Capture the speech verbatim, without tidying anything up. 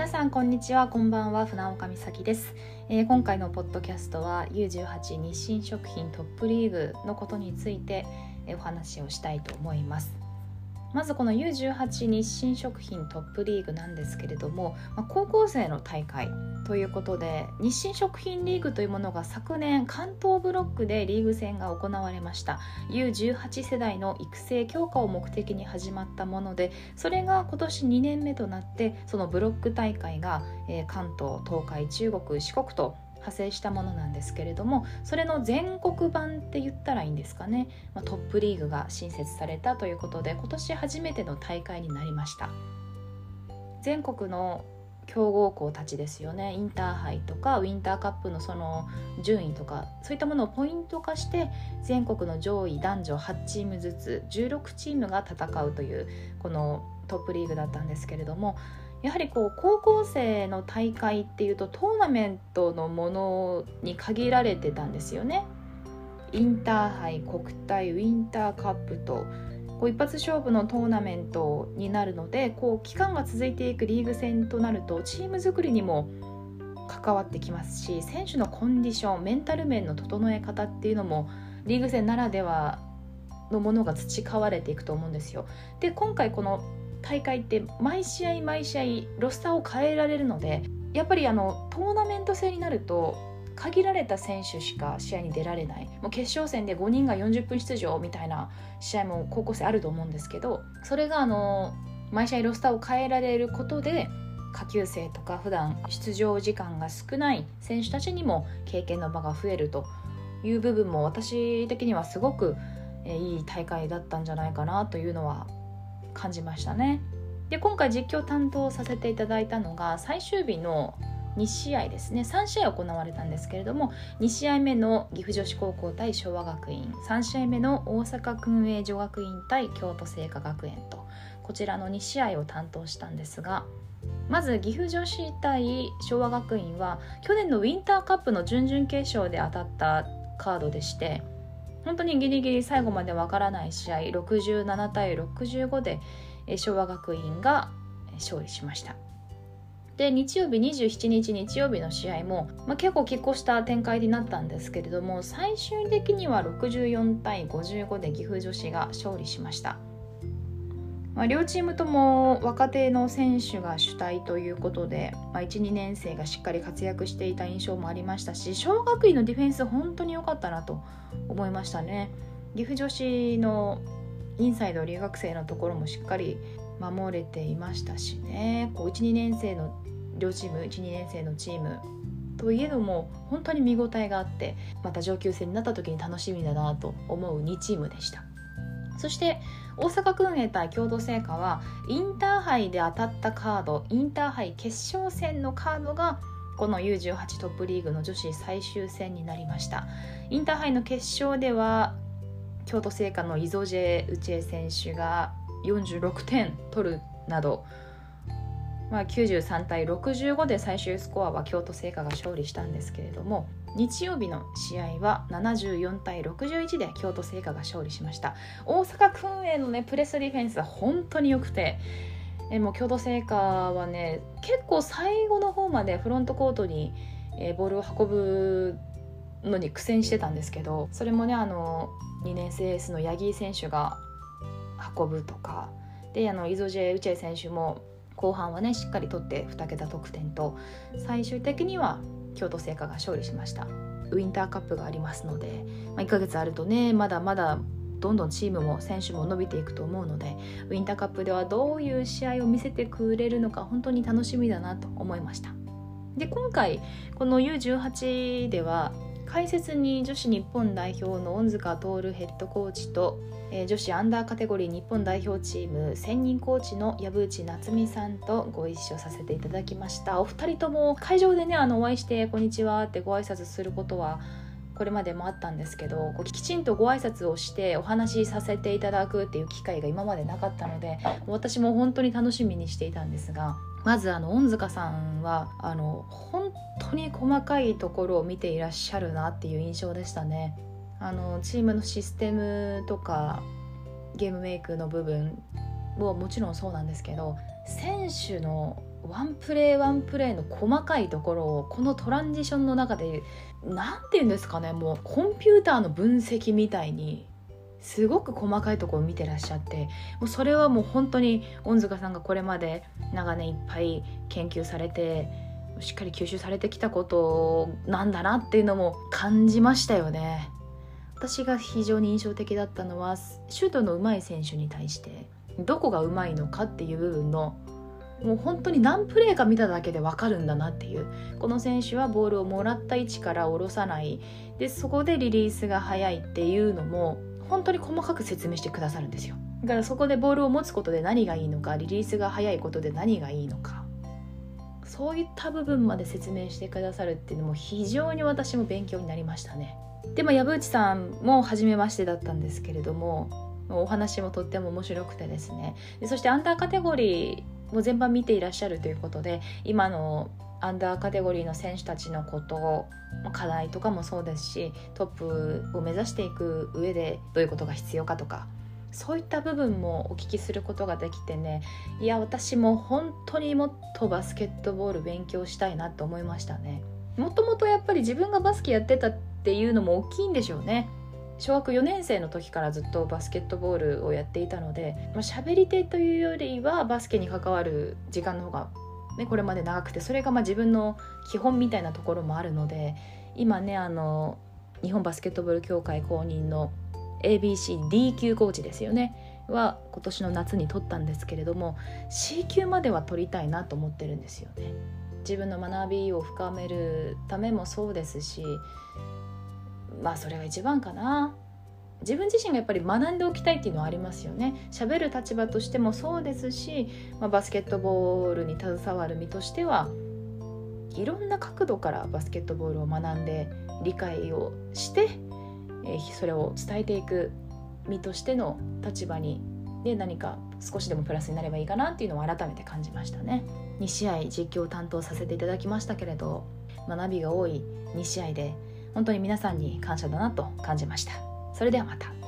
皆さんこんにちは、こんばんは。船岡美咲です、えー、今回のポッドキャストは ユーじゅうはち 日清食品トップリーグのことについて、えー、お話をしたいと思います。まずこの ユーじゅうはち 日清食品トップリーグなんですけれども、まあ、高校生の大会ということで、日清食品リーグというものが昨年関東ブロックでリーグ戦が行われました。 ユーじゅうはち 世代の育成強化を目的に始まったもので、それが今年にねんめとなって、そのブロック大会が、えー、関東、東海、中国、四国と派生したものなんですけれども、それの全国版って言ったらいいんですかね、まあ、トップリーグが新設されたということで、今年初めての大会になりました。全国の強豪校たちですよね、インターハイとかウィンターカップのその順位とか、そういったものをポイント化して全国の上位男女はちチームずつじゅうろくチームが戦うというこのトップリーグだったんですけれども、やはりこう高校生の大会っていうとトーナメントのものに限られてたんですよね。インターハイ、国体、ウィンターカップとこう一発勝負のトーナメントになるので、こう期間が続いていくリーグ戦となるとチーム作りにも関わってきますし、選手のコンディション、メンタル面の整え方っていうのもリーグ戦ならではのものが培われていくと思うんですよ。で、今回この大会って毎試合毎試合ロスターを変えられるので、やっぱりあのトーナメント制になると限られた選手しか試合に出られない、もう決勝戦でごにんがよんじゅっぷん出場みたいな試合も高校生あると思うんですけど、それがあの毎試合ロスターを変えられることで、下級生とか普段出場時間が少ない選手たちにも経験の場が増えるという部分も、私的にはすごくいい大会だったんじゃないかなというのは感じましたね。で、今回実況担当させていただいたのが最終日のに試合ですね。さん試合行われたんですけれども、に試合目の岐阜女子高校対昭和学院、さん試合目の大阪薫英女学院対京都精華学園と、こちらのに試合を担当したんですが、まず岐阜女子対昭和学院は去年のウィンターカップの準々決勝で当たったカードでして、本当にギリギリ最後までわからない試合、ろくじゅうなな対ろくじゅうごで昭和学院が勝利しました。で、日曜日にじゅうしちにち日曜日の試合も、まあ、結構拮抗した展開になったんですけれども、最終的にはろくじゅうよん対ごじゅうごで岐阜女子が勝利しました。まあ、両チームとも若手の選手が主体ということで、まあ、いち、にねん生がしっかり活躍していた印象もありましたし、昭和学院のディフェンス本当に良かったなと思いましたね。岐阜女子のインサイド留学生のところもしっかり守れていましたしね、こういち、にねん生の両チーム、いち、にねん生のチームといえども本当に見応えがあって、また上級生になった時に楽しみだなと思うにチームでした。そして大阪薫英対京都精華はインターハイで当たったカード、インターハイ決勝戦のカードがこの ユーじゅうはち トップリーグの女子最終戦になりました。インターハイの決勝では京都精華の磯路内江選手がよんじゅうろくてん取るなど、まあ、きゅうじゅうさん対ろくじゅうごで最終スコアは京都精華が勝利したんですけれども、日曜日の試合はななじゅうよん対ろくじゅういちで京都精華が勝利しました。大阪薫英のねプレスディフェンスは本当に良くて、えもう京都精華はね結構最後の方までフロントコートに、えー、ボールを運ぶのに苦戦してたんですけど、それもねあのにねん生エースの八木選手が運ぶとかで、あの磯路内江選手も後半はねしっかり取ってに桁得点と、最終的には京都精華が勝利しました。ウィンターカップがありますので、まあ、いっかげつあるとねまだまだどんどんチームも選手も伸びていくと思うので、ウィンターカップではどういう試合を見せてくれるのか本当に楽しみだなと思いました。で、今回この ユーじゅうはち では解説に女子日本代表の恩塚徹ヘッドコーチと、えー、女子アンダーカテゴリー日本代表チーム専任コーチの藪内夏美さんとご一緒させていただきました。お二人とも会場でねあのお会いしてこんにちはってご挨拶することはこれまでもあったんですけど、こうきちんとご挨拶をしてお話しさせていただくっていう機会が今までなかったので、私も本当に楽しみにしていたんですが、まずあの恩塚さんはあの本当に細かいところを見ていらっしゃるなっていう印象でしたね。あのチームのシステムとかゲームメイクの部分ももちろんそうなんですけど、選手のワンプレーワンプレーの細かいところをこのトランジションの中でなんていうんですかね、もうコンピューターの分析みたいにすごく細かいところを見てらっしゃって、もうそれはもう本当に恩塚さんがこれまで長年いっぱい研究されてしっかり吸収されてきたことなんだなっていうのも感じましたよね。私が非常に印象的だったのはシュートの上手い選手に対してどこが上手いのかっていう部分のもう本当に何プレーか見ただけで分かるんだなっていう、この選手はボールをもらった位置から下ろさないで、そこでリリースが早いっていうのも本当に細かく説明してくださるんですよ。だからそこでボールを持つことで何がいいのか、リリースが早いことで何がいいのか、そういった部分まで説明してくださるっていうのも非常に私も勉強になりましたね。でも藪内さんも初めましてだったんですけれども、お話もとっても面白くてですね、でそしてアンダーカテゴリーも全般見ていらっしゃるということで、今のアンダーカテゴリーの選手たちのこと課題とかもそうですし、トップを目指していく上でどういうことが必要かとか、そういった部分もお聞きすることができてね、いや私も本当にもっとバスケットボール勉強したいなと思いましたね。もともとやっぱり自分がバスケやってたっていうのも大きいんでしょうね。小学よねん生の時からずっとバスケットボールをやっていたので、まあ、喋り手というよりはバスケに関わる時間の方が、ね、これまで長くて、それがまあ自分の基本みたいなところもあるので、今ねあの日本バスケットボール協会公認の エービーシーディー 級コーチですよねは今年の夏に取ったんですけれども、 C 級までは取りたいなと思ってるんですよね。自分の学びを深めるためもそうですし、まあそれが一番かな。自分自身がやっぱり学んでおきたいっていうのはありますよね。喋る立場としてもそうですし、まあ、バスケットボールに携わる身としてはいろんな角度からバスケットボールを学んで理解をして、えー、それを伝えていく身としての立場にで何か少しでもプラスになればいいかなっていうのを改めて感じましたね。に試合実況を担当させていただきましたけれど、学びが多いに試合で本当に皆さんに感謝だなと感じました。それではまた。